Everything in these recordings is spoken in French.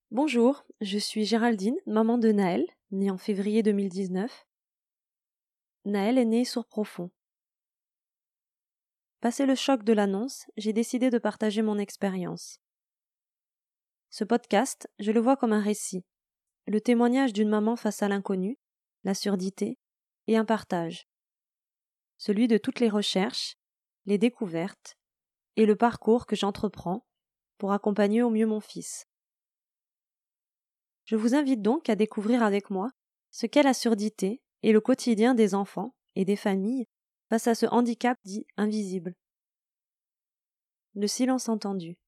Bonjour, je suis Géraldine, maman de Naël, née en février 2019. Naël est né sourd profond. Passé le choc de l'annonce, j'ai décidé de partager mon expérience. Ce podcast, je le vois comme un récit, le témoignage d'une maman face à l'inconnu, la surdité et un partage. Celui de toutes les recherches, les découvertes et le parcours que j'entreprends pour accompagner au mieux mon fils. Je vous invite donc à découvrir avec moi ce qu'est la surdité et le quotidien des enfants et des familles face à ce handicap dit invisible. Le silence entendu.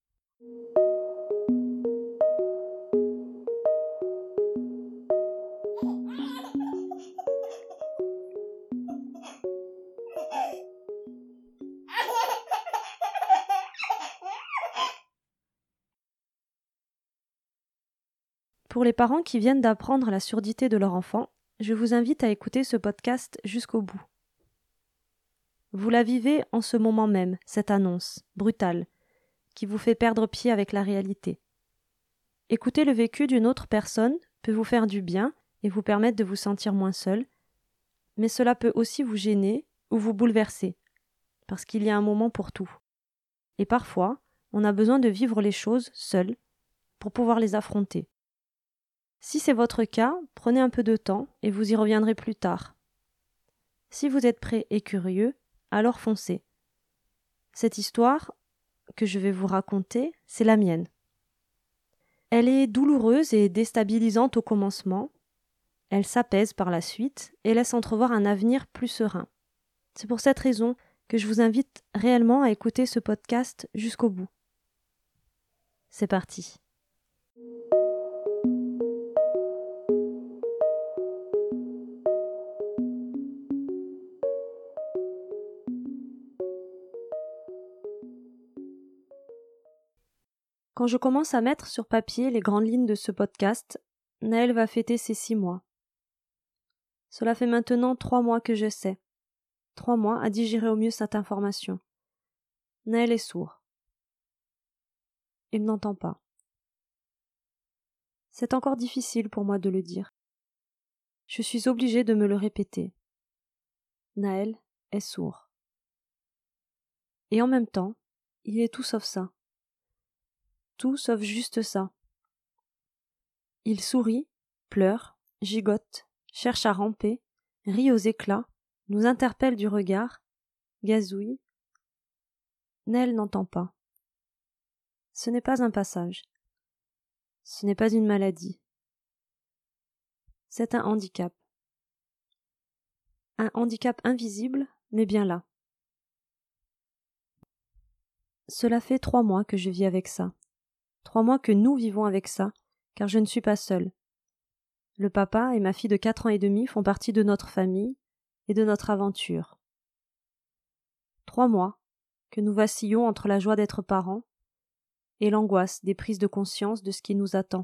Pour les parents qui viennent d'apprendre la surdité de leur enfant, je vous invite à écouter ce podcast jusqu'au bout. Vous la vivez en ce moment même, cette annonce, brutale, qui vous fait perdre pied avec la réalité. Écouter le vécu d'une autre personne peut vous faire du bien et vous permettre de vous sentir moins seul, mais cela peut aussi vous gêner ou vous bouleverser, parce qu'il y a un moment pour tout. Et parfois, on a besoin de vivre les choses seul pour pouvoir les affronter. Si c'est votre cas, prenez un peu de temps et vous y reviendrez plus tard. Si vous êtes prêt et curieux, alors foncez. Cette histoire que je vais vous raconter, c'est la mienne. Elle est douloureuse et déstabilisante au commencement. Elle s'apaise par la suite et laisse entrevoir un avenir plus serein. C'est pour cette raison que je vous invite réellement à écouter ce podcast jusqu'au bout. C'est parti. Quand je commence à mettre sur papier les grandes lignes de ce podcast, Naël va fêter ses 6 mois. Cela fait maintenant 3 mois que je sais. 3 mois à digérer au mieux cette information. Naël est sourd. Il n'entend pas. C'est encore difficile pour moi de le dire. Je suis obligée de me le répéter. Naël est sourd. Et en même temps, il est tout sauf ça. Tout sauf juste ça. Il sourit, pleure, gigote, cherche à ramper, rit aux éclats, nous interpelle du regard, gazouille. Naël n'entend pas. Ce n'est pas un passage. Ce n'est pas une maladie. C'est un handicap. Un handicap invisible, mais bien là. Cela fait 3 mois que je vis avec ça. 3 mois que nous vivons avec ça, car je ne suis pas seule. Le papa et ma fille de 4 ans et demi font partie de notre famille et de notre aventure. 3 mois que nous vacillons entre la joie d'être parents et l'angoisse des prises de conscience de ce qui nous attend.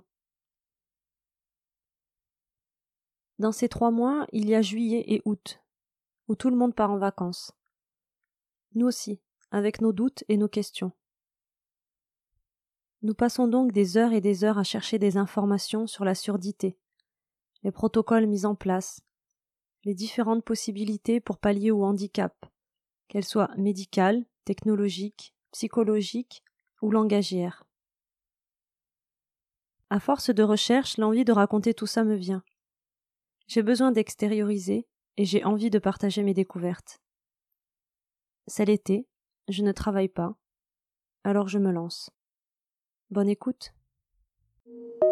Dans ces 3 mois, il y a juillet et août, où tout le monde part en vacances. Nous aussi, avec nos doutes et nos questions. Nous passons donc des heures et des heures à chercher des informations sur la surdité, les protocoles mis en place, les différentes possibilités pour pallier au handicap, qu'elles soient médicales, technologiques, psychologiques ou langagières. À force de recherche, l'envie de raconter tout ça me vient. J'ai besoin d'extérioriser et j'ai envie de partager mes découvertes. C'est l'été, je ne travaille pas, alors je me lance. Bonne écoute.